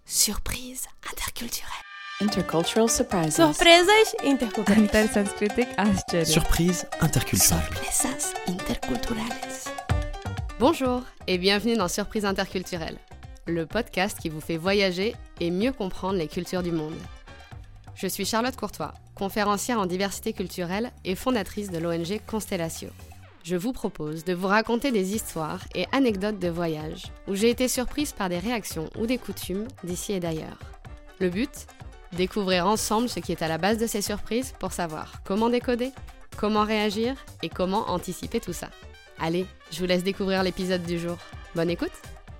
Surprise interculturelle. Intercultural surprises. Surpresas interculturais. Intersanskritic आश्चर्य. Surprise interculturelle. Sorpresas interculturales. Bonjour et bienvenue dans Surprise interculturelle, le podcast qui vous fait voyager et mieux comprendre les cultures du monde. Je suis Charlotte Courtois, conférencière en diversité culturelle et fondatrice de l'ONG Constellatio. Je vous propose de vous raconter des histoires et anecdotes de voyage où j'ai été surprise par des réactions ou des coutumes d'ici et d'ailleurs. Le but ? Découvrir ensemble ce qui est à la base de ces surprises pour savoir comment décoder, comment réagir et comment anticiper tout ça. Allez, je vous laisse découvrir l'épisode du jour. Bonne écoute!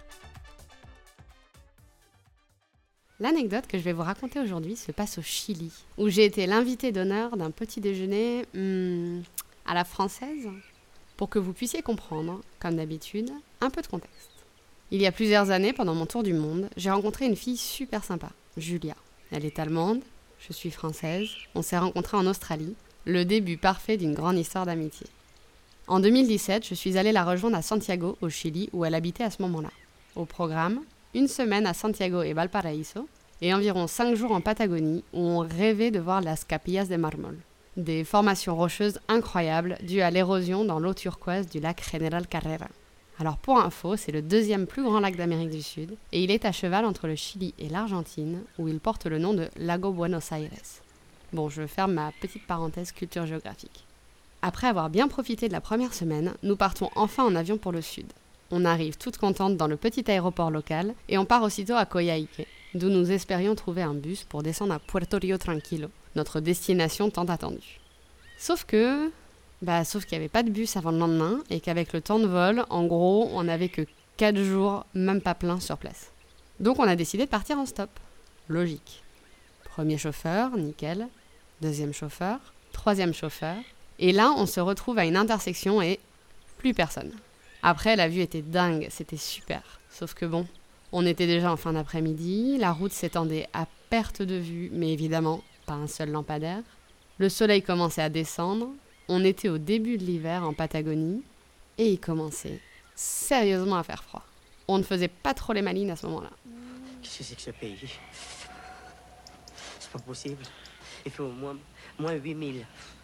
L'anecdote que je vais vous raconter aujourd'hui se passe au Chili, où j'ai été l'invitée d'honneur d'un petit déjeuner à la française, pour que vous puissiez comprendre, comme d'habitude, un peu de contexte. Il y a plusieurs années, pendant mon tour du monde, j'ai rencontré une fille super sympa, Julia. Elle est allemande, je suis française, on s'est rencontrés en Australie, le début parfait d'une grande histoire d'amitié. En 2017, je suis allée la rejoindre à Santiago, au Chili, où elle habitait à ce moment-là. Au programme, une semaine à Santiago et Valparaíso, et environ 5 jours en Patagonie, où on rêvait de voir las Capillas de Mármol. Des formations rocheuses incroyables dues à l'érosion dans l'eau turquoise du lac General Carrera. Alors pour info, c'est le deuxième plus grand lac d'Amérique du Sud, et il est à cheval entre le Chili et l'Argentine, où il porte le nom de Lago Buenos Aires. Bon, je ferme ma petite parenthèse culture géographique. Après avoir bien profité de la première semaine, nous partons enfin en avion pour le sud. On arrive toutes contentes dans le petit aéroport local et on part aussitôt à Coyhaique, d'où nous espérions trouver un bus pour descendre à Puerto Rio Tranquilo, notre destination tant attendue. Sauf qu'il n'y avait pas de bus avant le lendemain et qu'avec le temps de vol, en gros, on n'avait que 4 jours, même pas plein sur place. Donc on a décidé de partir en stop. Logique. Premier chauffeur, nickel. Deuxième chauffeur. Troisième chauffeur. Et là, on se retrouve à une intersection et plus personne. Après, la vue était dingue, c'était super. Sauf que bon, on était déjà en fin d'après-midi, la route s'étendait à perte de vue, mais évidemment, pas un seul lampadaire. Le soleil commençait à descendre, on était au début de l'hiver en Patagonie, et il commençait sérieusement à faire froid. On ne faisait pas trop les malines à ce moment-là. Qu'est-ce que c'est que ce pays? C'est pas possible. Il fait au moins 8000.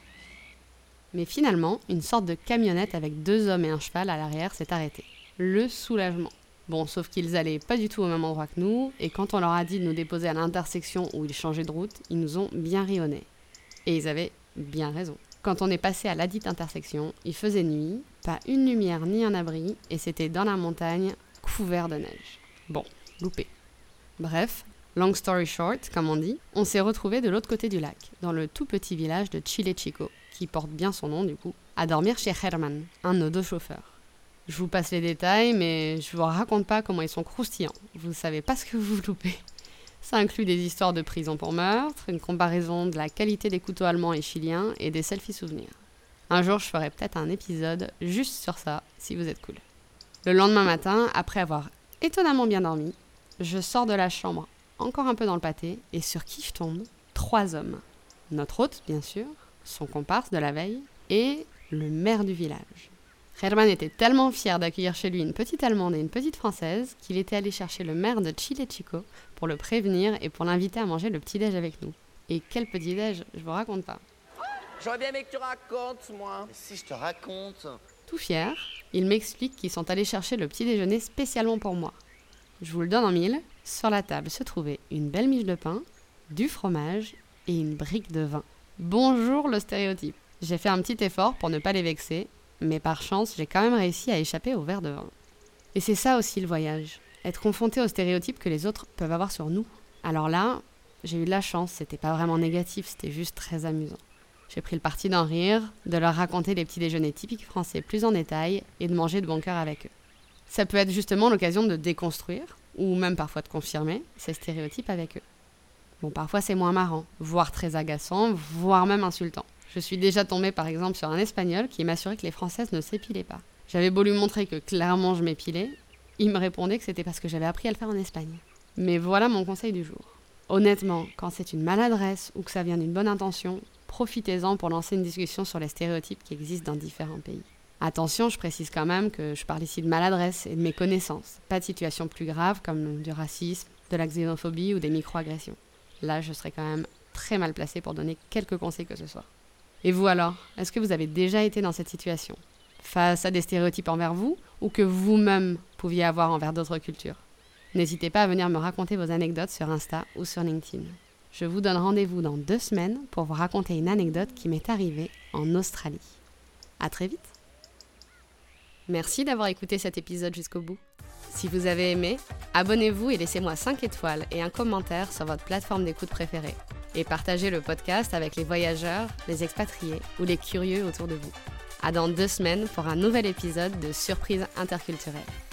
Mais finalement, une sorte de camionnette avec 2 hommes et un cheval à l'arrière s'est arrêtée. Le soulagement. Bon, sauf qu'ils allaient pas du tout au même endroit que nous, et quand on leur a dit de nous déposer à l'intersection où ils changeaient de route, ils nous ont bien rionné. Et ils avaient bien raison. Quand on est passé à ladite intersection, il faisait nuit, pas une lumière ni un abri, et c'était dans la montagne, couvert de neige. Bon, loupé. Bref, long story short, comme on dit, on s'est retrouvés de l'autre côté du lac, dans le tout petit village de Chile Chico, qui porte bien son nom du coup, à dormir chez Germán, un de nos 2 chauffeurs. Je vous passe les détails, mais je vous raconte pas comment ils sont croustillants. Vous savez pas ce que vous loupez. Ça inclut des histoires de prison pour meurtre, une comparaison de la qualité des couteaux allemands et chiliens et des selfies souvenirs. Un jour, je ferai peut-être un épisode juste sur ça, si vous êtes cool. Le lendemain matin, après avoir étonnamment bien dormi, je sors de la chambre, encore un peu dans le pâté, et sur qui je tombe ? 3 hommes. Notre hôte, bien sûr, son comparse de la veille, et le maire du village. Germán était tellement fier d'accueillir chez lui une petite Allemande et une petite Française qu'il était allé chercher le maire de Chile Chico pour le prévenir et pour l'inviter à manger le petit-déj avec nous. Et quel petit-déj, je vous raconte pas. J'aurais bien aimé que tu racontes, moi. Mais si je te raconte. Tout fier, il m'explique qu'ils sont allés chercher le petit-déjeuner spécialement pour moi. Je vous le donne en mille, sur la table se trouvait une belle miche de pain, du fromage et une brique de vin. Bonjour le stéréotype. J'ai fait un petit effort pour ne pas les vexer, mais par chance, j'ai quand même réussi à échapper au verre de vin. Et c'est ça aussi le voyage, être confronté aux stéréotypes que les autres peuvent avoir sur nous. Alors là, j'ai eu de la chance, c'était pas vraiment négatif, c'était juste très amusant. J'ai pris le parti d'en rire, de leur raconter les petits déjeuners typiques français plus en détail et de manger de bon cœur avec eux. Ça peut être justement l'occasion de déconstruire, ou même parfois de confirmer, ces stéréotypes avec eux. Bon, parfois c'est moins marrant, voire très agaçant, voire même insultant. Je suis déjà tombée par exemple sur un Espagnol qui m'assurait que les Françaises ne s'épilaient pas. J'avais beau lui montrer que clairement je m'épilais, il me répondait que c'était parce que j'avais appris à le faire en Espagne. Mais voilà mon conseil du jour. Honnêtement, quand c'est une maladresse ou que ça vient d'une bonne intention, profitez-en pour lancer une discussion sur les stéréotypes qui existent dans différents pays. Attention, je précise quand même que je parle ici de maladresse et de méconnaissance, pas de situation plus grave comme du racisme de la xénophobie ou des microagressions. Là, je serais quand même très mal placée pour donner quelques conseils que ce soit. Et vous alors, est-ce que vous avez déjà été dans cette situation, face à des stéréotypes envers vous, ou que vous-même pouviez avoir envers d'autres cultures? N'hésitez pas à venir me raconter vos anecdotes sur Insta ou sur LinkedIn. Je vous donne rendez-vous dans 2 semaines pour vous raconter une anecdote qui m'est arrivée en Australie. À très vite. Merci d'avoir écouté cet épisode jusqu'au bout. Si vous avez aimé, abonnez-vous et laissez-moi 5 étoiles et un commentaire sur votre plateforme d'écoute préférée. Et partagez le podcast avec les voyageurs, les expatriés ou les curieux autour de vous. À dans 2 semaines pour un nouvel épisode de Surprise interculturelle.